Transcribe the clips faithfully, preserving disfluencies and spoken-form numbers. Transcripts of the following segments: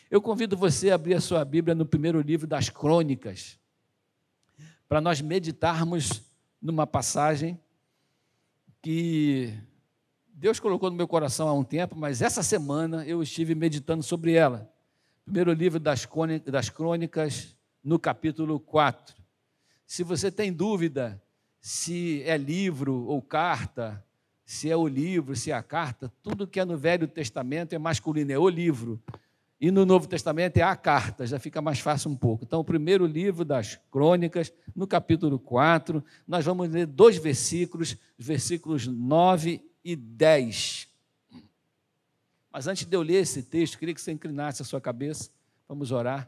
Eu convido você a abrir a sua Bíblia no primeiro livro das Crônicas, para nós meditarmos numa passagem que Deus colocou no meu coração há um tempo, mas essa semana eu estive meditando sobre ela. Primeiro livro das Crônicas, no capítulo quatro. Se você tem dúvida se é livro ou carta, se é o livro, se é a carta, tudo que é no Velho Testamento é masculino, é o livro. E no Novo Testamento é a carta, já fica mais fácil um pouco. Então, o primeiro livro das Crônicas, no capítulo quatro, nós vamos ler dois versículos, versículos nove e dez. Mas antes de eu ler esse texto, queria que você inclinasse a sua cabeça, vamos orar.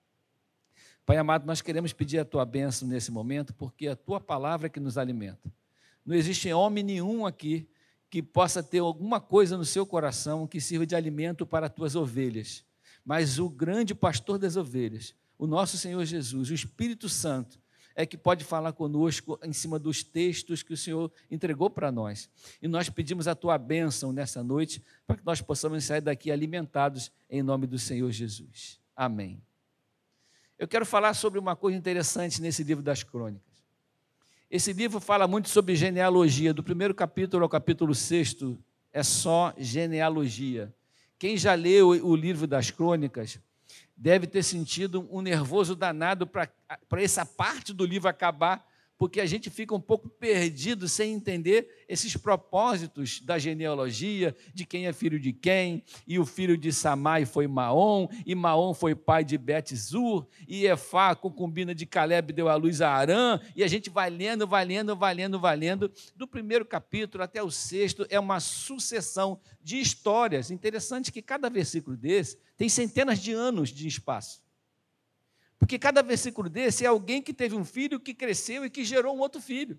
Pai amado, nós queremos pedir a Tua bênção nesse momento, porque é a Tua palavra que nos alimenta. Não existe homem nenhum aqui que possa ter alguma coisa no seu coração que sirva de alimento para as Tuas ovelhas. Mas o grande pastor das ovelhas, o nosso Senhor Jesus, o Espírito Santo, é que pode falar conosco em cima dos textos que o Senhor entregou para nós. E nós pedimos a Tua bênção nessa noite, para que nós possamos sair daqui alimentados em nome do Senhor Jesus. Amém. Eu quero falar sobre uma coisa interessante nesse livro das Crônicas. Esse livro fala muito sobre genealogia, do primeiro capítulo ao capítulo sexto, é só genealogia. Quem já leu o livro das Crônicas deve ter sentido um nervoso danado para essa parte do livro acabar, porque a gente fica um pouco perdido sem entender esses propósitos da genealogia, de quem é filho de quem, e o filho de Samai foi Maom, e Maom foi pai de Bet-Zur, e Efá, concubina de Caleb, deu à luz a Arã, e a gente vai lendo, vai lendo, vai lendo, vai lendo, do primeiro capítulo até o sexto, é uma sucessão de histórias. Interessante que cada versículo desse tem centenas de anos de espaço. Porque cada versículo desse é alguém que teve um filho, que cresceu e que gerou um outro filho.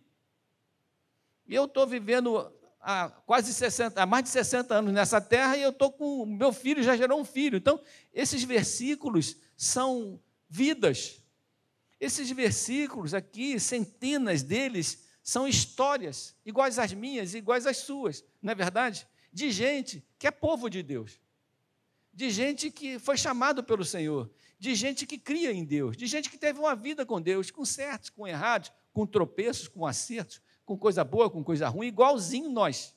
E eu estou vivendo há quase sessenta, há mais de sessenta anos nessa terra, e eu estou com, meu filho já gerou um filho. Então, esses versículos são vidas. Esses versículos aqui, centenas deles, são histórias, iguais às minhas, iguais às suas, não é verdade? De gente que é povo de Deus. De gente que foi chamado pelo Senhor, de gente que cria em Deus, de gente que teve uma vida com Deus, com certos, com errados, com tropeços, com acertos, com coisa boa, com coisa ruim, igualzinho nós.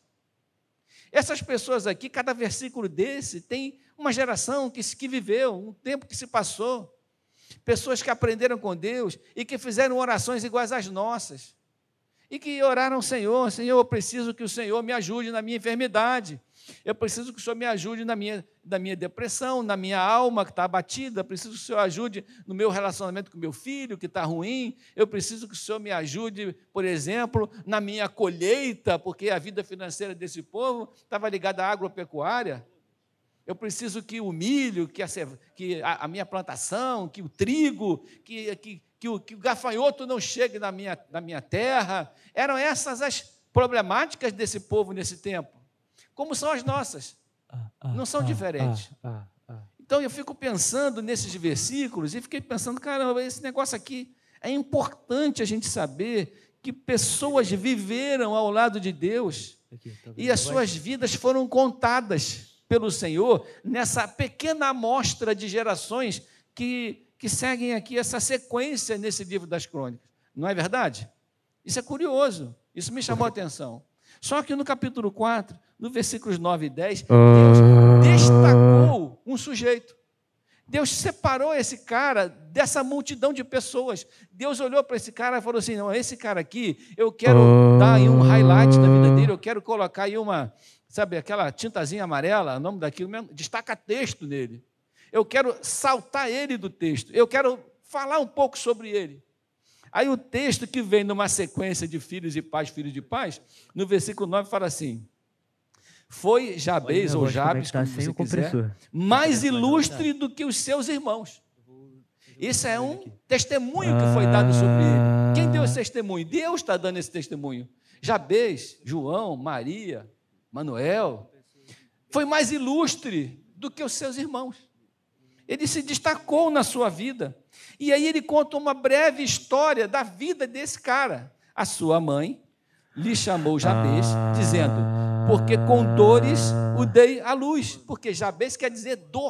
Essas pessoas aqui, cada versículo desse tem uma geração que, que viveu, um tempo que se passou, pessoas que aprenderam com Deus e que fizeram orações iguais às nossas, e que oraram ao Senhor: Senhor, eu preciso que o Senhor me ajude na minha enfermidade, eu preciso que o Senhor me ajude na minha, na minha depressão, na minha alma que está abatida, eu preciso que o Senhor ajude no meu relacionamento com meu filho que está ruim, eu preciso que o Senhor me ajude, por exemplo, na minha colheita, porque a vida financeira desse povo estava ligada à agropecuária. Eu preciso que o milho, que a, que a, a minha plantação, que o trigo, que, que, que, o, que o gafanhoto não chegue na minha, na minha terra. Eram essas as problemáticas desse povo nesse tempo. Como são as nossas, ah, ah, não são ah, diferentes. Ah, ah, ah. Então, eu fico pensando nesses versículos e fiquei pensando, caramba, esse negócio aqui, é importante a gente saber que pessoas viveram ao lado de Deus aqui, tá e as suas vidas foram contadas pelo Senhor nessa pequena amostra de gerações que, que seguem aqui essa sequência nesse livro das Crônicas. Não é verdade? Isso é curioso, isso me chamou a atenção. Só que no capítulo quatro, no versículos nove e dez, Deus destacou um sujeito. Deus separou esse cara dessa multidão de pessoas. Deus olhou para esse cara e falou assim: não, esse cara aqui, eu quero dar aí um highlight da vida dele, eu quero colocar aí uma, sabe, aquela tintazinha amarela, o nome daquilo mesmo, destaca texto nele. Eu quero saltar ele do texto, eu quero falar um pouco sobre ele. Aí o texto que vem numa sequência de filhos e pais, filhos de pais, no versículo nove fala assim: foi Jabez, ou Jabes, como você quiser, mais ilustre do que os seus irmãos. Esse é um testemunho que foi dado sobre ele. Quem deu esse testemunho? Deus está dando esse testemunho. Jabez, João, Maria, Manuel, foi mais ilustre do que os seus irmãos. Ele se destacou na sua vida. E aí ele conta uma breve história da vida desse cara. A sua mãe lhe chamou Jabez, dizendo: porque com dores o dei à luz. Porque Jabez quer dizer dor,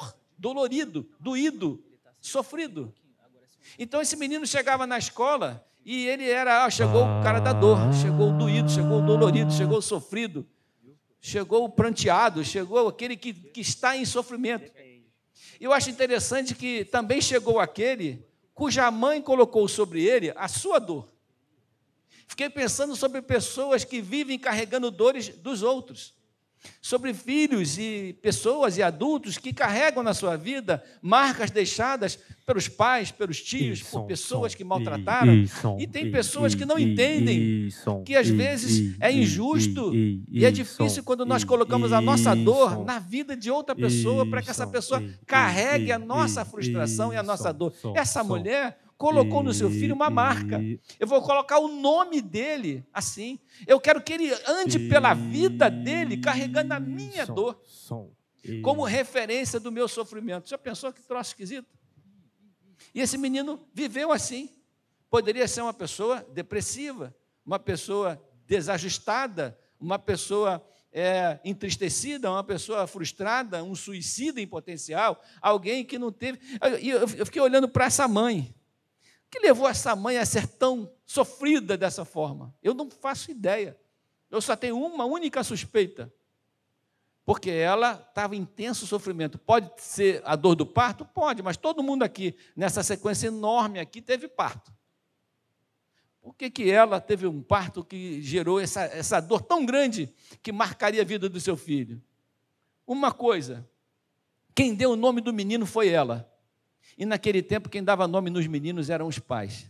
dolorido, doído, sofrido. Então esse menino chegava na escola e ele era, ah, chegou o cara da dor, chegou o doído, chegou o dolorido, chegou o sofrido, chegou o pranteado, chegou aquele que, que está em sofrimento. Eu acho interessante que também chegou aquele cuja mãe colocou sobre ele a sua dor. Fiquei pensando sobre pessoas que vivem carregando dores dos outros, sobre filhos e pessoas e adultos que carregam na sua vida marcas deixadas pelos pais, pelos tios, por pessoas que maltrataram. E tem pessoas que não entendem que às vezes é injusto e é difícil quando nós colocamos a nossa dor na vida de outra pessoa para que essa pessoa carregue a nossa frustração e a nossa dor. Essa mulher colocou no seu filho uma marca. Eu vou colocar o nome dele assim. Eu quero que ele ande pela vida dele carregando a minha dor como referência do meu sofrimento. Já pensou que troço esquisito? E esse menino viveu assim. Poderia ser uma pessoa depressiva, uma pessoa desajustada, uma pessoa é, entristecida, uma pessoa frustrada, um suicida em potencial, alguém que não teve... E eu, eu fiquei olhando para essa mãe. O que levou essa mãe a ser tão sofrida dessa forma? Eu não faço ideia. Eu só tenho uma única suspeita. Porque ela estava em intenso sofrimento. Pode ser a dor do parto? Pode, mas todo mundo aqui, nessa sequência enorme aqui, teve parto. Por que que ela teve um parto que gerou essa, essa dor tão grande que marcaria a vida do seu filho? Uma coisa, quem deu o nome do menino foi ela. E naquele tempo quem dava nome nos meninos eram os pais.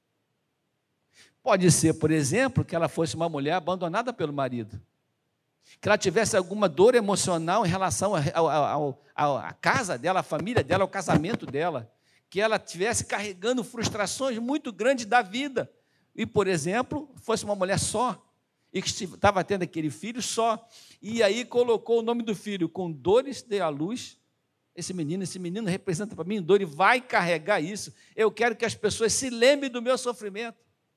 Pode ser, por exemplo, que ela fosse uma mulher abandonada pelo marido. Que ela tivesse alguma dor emocional em relação à casa dela, à família dela, ao casamento dela. Que ela estivesse carregando frustrações muito grandes da vida. E, por exemplo, fosse uma mulher só. E que estava tendo aquele filho só. E aí colocou o nome do filho, com dores dê à luz. Esse menino, esse menino representa para mim dor e vai carregar isso. Eu quero que as pessoas se lembrem do meu sofrimento.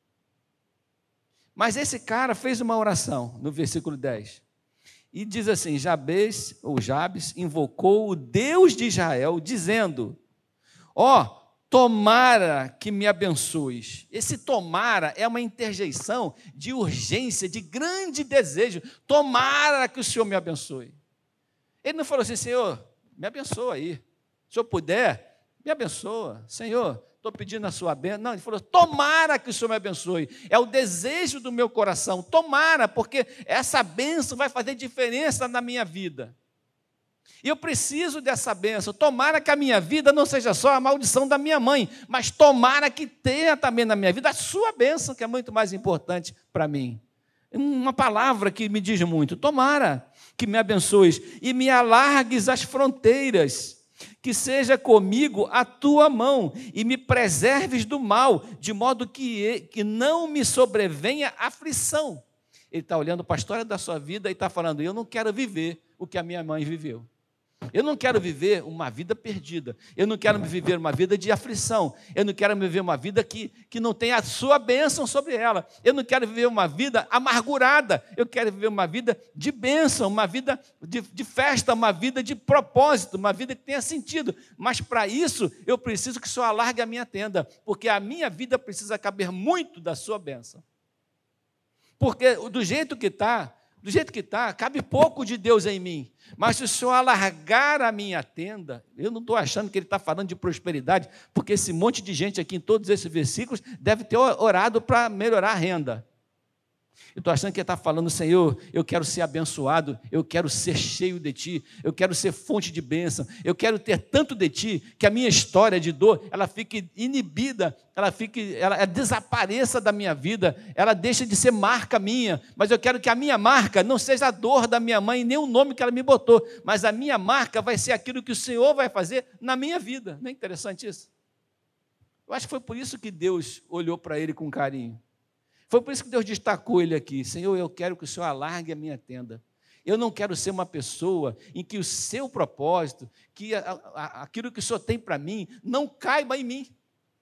Mas esse cara fez uma oração, no versículo dez. E diz assim, Jabes, ou Jabes, invocou o Deus de Israel, dizendo, ó, oh, tomara que me abençoes. Esse tomara é uma interjeição de urgência, de grande desejo. Tomara que o Senhor me abençoe. Ele não falou assim, Senhor, me abençoa aí. Se eu puder, me abençoa. Senhor, estou pedindo a sua bênção. Não, ele falou, tomara que o Senhor me abençoe. É o desejo do meu coração. Tomara, porque essa bênção vai fazer diferença na minha vida. E eu preciso dessa bênção. Tomara que a minha vida não seja só a maldição da minha mãe, mas tomara que tenha também na minha vida a sua bênção, que é muito mais importante para mim. Uma palavra que me diz muito, tomara que me abençoes e me alargues as fronteiras, que seja comigo a tua mão e me preserves do mal, de modo que, que não me sobrevenha aflição. Ele está olhando para a história da sua vida e está falando, eu não quero viver o que a minha mãe viveu. Eu não quero viver uma vida perdida. Eu não quero viver uma vida de aflição. Eu não quero viver uma vida que, que não tenha a sua bênção sobre ela. Eu não quero viver uma vida amargurada. Eu quero viver uma vida de bênção, uma vida de, de festa, uma vida de propósito, uma vida que tenha sentido. Mas para isso, eu preciso que o Senhor alargue a minha tenda, porque a minha vida precisa caber muito da sua bênção. Porque do jeito que está, do jeito que está, cabe pouco de Deus em mim. Mas se o Senhor alargar a minha tenda, eu não estou achando que ele está falando de prosperidade, porque esse monte de gente aqui em todos esses versículos deve ter orado para melhorar a renda. Eu estou achando que ele está falando, Senhor, eu quero ser abençoado, eu quero ser cheio de Ti, eu quero ser fonte de bênção, eu quero ter tanto de Ti, que a minha história de dor, ela fique inibida, ela, fique, ela, ela desapareça da minha vida, ela deixa de ser marca minha, mas eu quero que a minha marca não seja a dor da minha mãe, nem o nome que ela me botou, mas a minha marca vai ser aquilo que o Senhor vai fazer na minha vida. Não é interessante isso? Eu acho que foi por isso que Deus olhou para ele com carinho. Foi por isso que Deus destacou ele aqui. Senhor, eu quero que o Senhor alargue a minha tenda. Eu não quero ser uma pessoa em que o seu propósito, que a, a, aquilo que o Senhor tem para mim, não caiba em mim.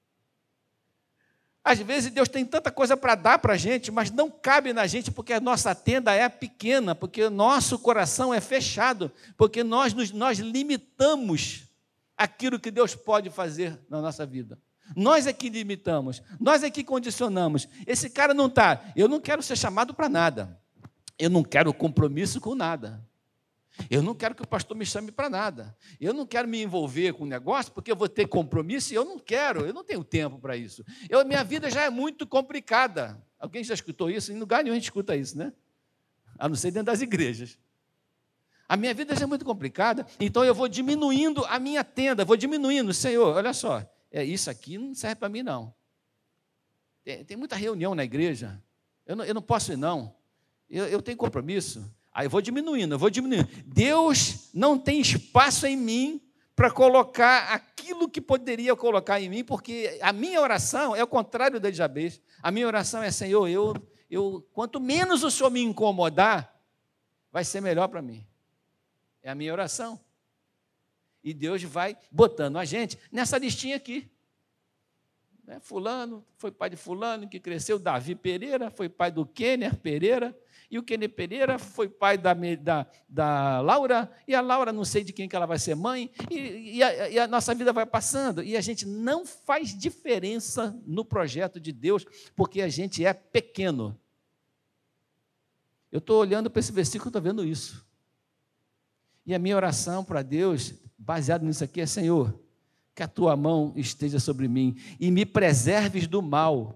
Às vezes Deus tem tanta coisa para dar para a gente, mas não cabe na gente porque a nossa tenda é pequena, porque o nosso coração é fechado, porque nós, nos, nós limitamos aquilo que Deus pode fazer na nossa vida. Nós é que limitamos, nós é que condicionamos. Esse cara não está, eu não quero ser chamado para nada, eu não quero compromisso com nada, eu não quero que o pastor me chame para nada, eu não quero me envolver com o negócio, porque eu vou ter compromisso e eu não quero, eu não tenho tempo para isso. Eu, minha vida já é muito complicada. Alguém já escutou isso? Em lugar nenhum a gente escuta isso, né? A não ser dentro das igrejas. A minha vida já é muito complicada, então eu vou diminuindo a minha tenda, vou diminuindo. Senhor, olha só, é, isso aqui não serve para mim, não. Tem, tem muita reunião na igreja, eu não, eu não posso ir, não. Eu, eu tenho compromisso. Aí eu vou diminuindo, eu vou diminuindo. Deus não tem espaço em mim para colocar aquilo que poderia colocar em mim, porque a minha oração é o contrário da de Jabez. A minha oração é, Senhor, eu, eu, quanto menos o Senhor me incomodar, vai ser melhor para mim. É a minha oração. E Deus vai botando a gente nessa listinha aqui. Né? Fulano, foi pai de fulano, que cresceu, Davi Pereira, foi pai do Kenner Pereira, e o Kenner Pereira foi pai da, da, da Laura, e a Laura não sei de quem que ela vai ser mãe, e, e, a, e a nossa vida vai passando, e a gente não faz diferença no projeto de Deus, porque a gente é pequeno. Eu estou olhando para esse versículo e estou vendo isso. E a minha oração para Deus, baseado nisso aqui, é, Senhor, que a tua mão esteja sobre mim e me preserves do mal.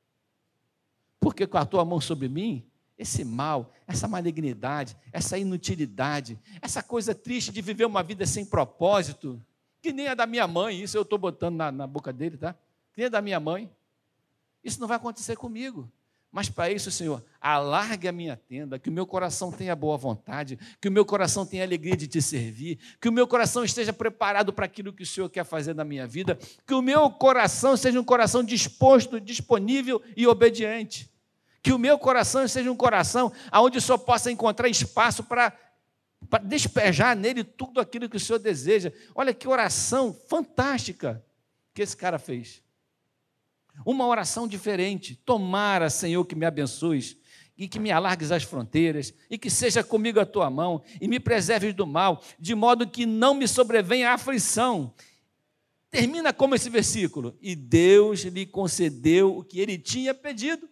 Porque com a tua mão sobre mim, esse mal, essa malignidade, essa inutilidade, essa coisa triste de viver uma vida sem propósito, que nem a da minha mãe, isso eu estou botando na, na boca dele, tá? Que nem a da minha mãe. Isso não vai acontecer comigo. Mas para isso, Senhor, alargue a minha tenda, que o meu coração tenha boa vontade, que o meu coração tenha alegria de te servir, que o meu coração esteja preparado para aquilo que o Senhor quer fazer na minha vida, que o meu coração seja um coração disposto, disponível e obediente, que o meu coração seja um coração onde o Senhor possa encontrar espaço para, para despejar nele tudo aquilo que o Senhor deseja. Olha que oração fantástica que esse cara fez. Uma oração diferente. Tomara, Senhor, que me abençoes e que me alargues as fronteiras e que seja comigo a tua mão e me preserves do mal, de modo que não me sobrevenha a aflição. Termina como esse versículo. E Deus lhe concedeu o que ele tinha pedido.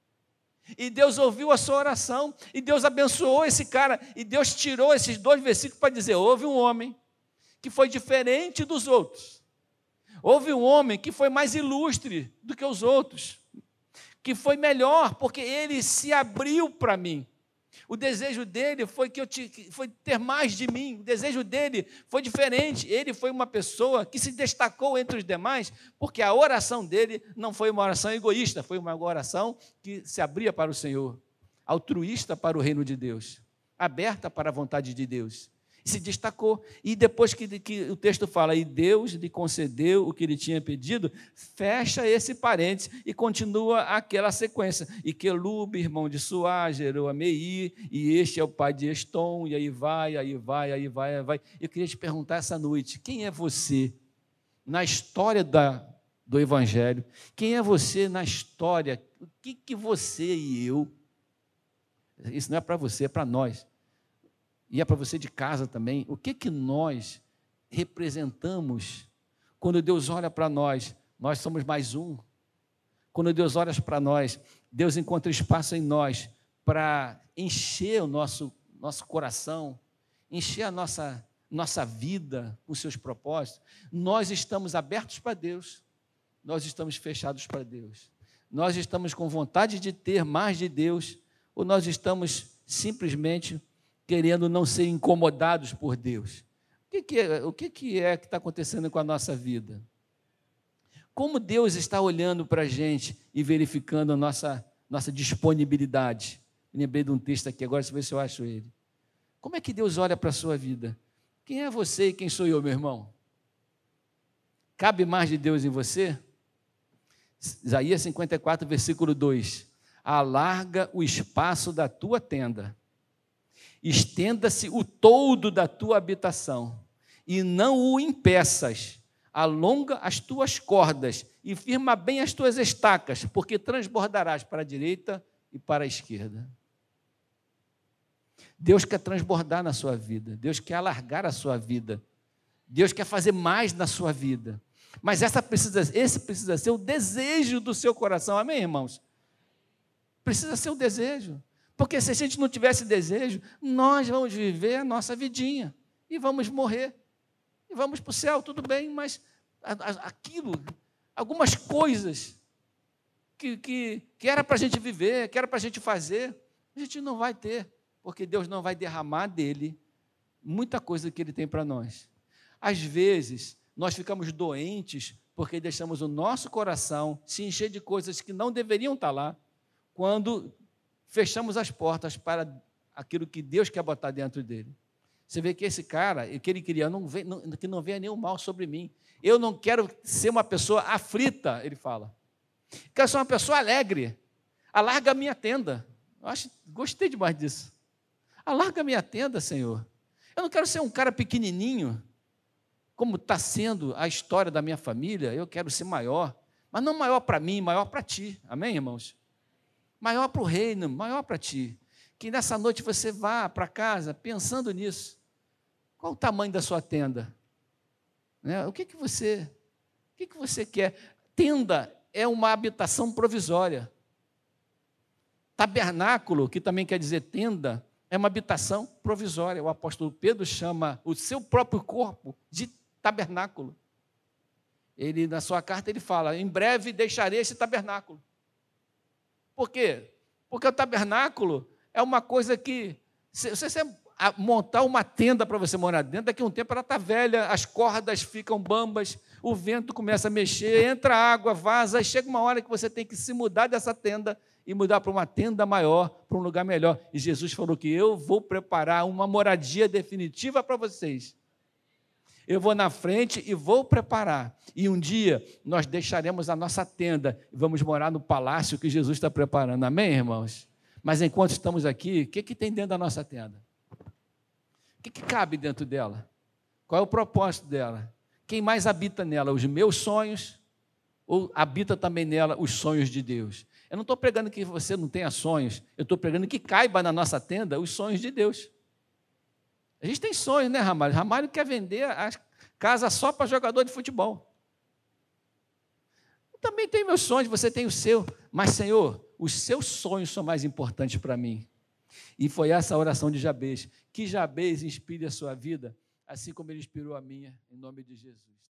E Deus ouviu a sua oração e Deus abençoou esse cara e Deus tirou esses dois versículos para dizer, houve um homem que foi diferente dos outros. Houve um homem que foi mais ilustre do que os outros, que foi melhor, porque ele se abriu para mim. O desejo dele foi, que eu te, foi ter mais de mim, o desejo dele foi diferente. Ele foi uma pessoa que se destacou entre os demais, porque a oração dele não foi uma oração egoísta, foi uma oração que se abria para o Senhor, altruísta para o reino de Deus, aberta para a vontade de Deus. Se destacou, e depois que, que o texto fala, e Deus lhe concedeu o que ele tinha pedido, fecha esse parênteses e continua aquela sequência, e Quelube, irmão de Suá, gerou a Meir, e este é o pai de Estom, e aí vai, aí vai, aí vai, aí vai. Eu queria te perguntar essa noite, quem é você na história da, do Evangelho? Quem é você na história? O que, que você e eu, isso não é para você, é para nós, e é para você de casa também, o que que nós representamos quando Deus olha para nós? Nós somos mais um. Quando Deus olha para nós, Deus encontra espaço em nós para encher o nosso, nosso coração, encher a nossa, nossa vida com seus propósitos. Nós estamos abertos para Deus, nós estamos fechados para Deus. Nós estamos com vontade de ter mais de Deus, ou nós estamos simplesmente querendo não ser incomodados por Deus. O que, que é, o que, que é que está acontecendo com a nossa vida? Como Deus está olhando para a gente e verificando a nossa, nossa disponibilidade? Me lembrei de um texto aqui agora, deixa eu ver se eu acho ele. Como é que Deus olha para a sua vida? Quem é você e quem sou eu, meu irmão? Cabe mais de Deus em você? Isaías cinquenta e quatro, versículo dois. Alarga o espaço da tua tenda, estenda-se o toldo da tua habitação, e não o impeças. Alonga as tuas cordas e firma bem as tuas estacas, porque transbordarás para a direita e para a esquerda. Deus quer transbordar na sua vida, Deus quer alargar a sua vida. Deus quer fazer mais na sua vida. Mas essa precisa, esse precisa ser o desejo do seu coração. Amém, irmãos? Precisa ser o desejo. Porque se a gente não tivesse desejo, nós vamos viver a nossa vidinha. E vamos morrer. E vamos para o céu, tudo bem, mas aquilo, algumas coisas que, que, que era para a gente viver, que era para a gente fazer, a gente não vai ter. Porque Deus não vai derramar dele muita coisa que ele tem para nós. Às vezes, nós ficamos doentes porque deixamos o nosso coração se encher de coisas que não deveriam estar lá, quando fechamos as portas para aquilo que Deus quer botar dentro dele. Você vê que esse cara, que ele queria, não vem, não, que não venha nenhum mal sobre mim. Eu não quero ser uma pessoa aflita, ele fala. Quero ser uma pessoa alegre. Alarga a minha tenda. Eu acho, gostei demais disso. Alarga a minha tenda, Senhor. Eu não quero ser um cara pequenininho, como está sendo a história da minha família. Eu quero ser maior, mas não maior para mim, maior para ti. Amém, irmãos? Maior para o reino, maior para ti. Que nessa noite você vá para casa pensando nisso. Qual o tamanho da sua tenda? Né? O que, que você, o que, que você quer? Tenda é uma habitação provisória. Tabernáculo, que também quer dizer tenda, é uma habitação provisória. O apóstolo Pedro chama o seu próprio corpo de tabernáculo. Ele, na sua carta, ele fala, em breve deixarei esse tabernáculo. Por quê? Porque o tabernáculo é uma coisa que, se você montar uma tenda para você morar dentro, daqui a um tempo ela está velha, as cordas ficam bambas, o vento começa a mexer, entra água, vaza, e chega uma hora que você tem que se mudar dessa tenda e mudar para uma tenda maior, para um lugar melhor. E Jesus falou que eu vou preparar uma moradia definitiva para vocês. Eu vou na frente e vou preparar. E um dia nós deixaremos a nossa tenda e vamos morar no palácio que Jesus está preparando. Amém, irmãos? Mas enquanto estamos aqui, o que, que tem dentro da nossa tenda? O que, que cabe dentro dela? Qual é o propósito dela? Quem mais habita nela? Os meus sonhos? Ou habita também nela os sonhos de Deus? Eu não estou pregando que você não tenha sonhos, eu estou pregando que caiba na nossa tenda os sonhos de Deus. A gente tem sonhos, né, Ramalho? Ramalho quer vender a casa só para jogador de futebol. Eu também tenho meus sonhos, você tem o seu. Mas, Senhor, os seus sonhos são mais importantes para mim. E foi essa a oração de Jabez. Que Jabez inspire a sua vida, assim como ele inspirou a minha, em nome de Jesus.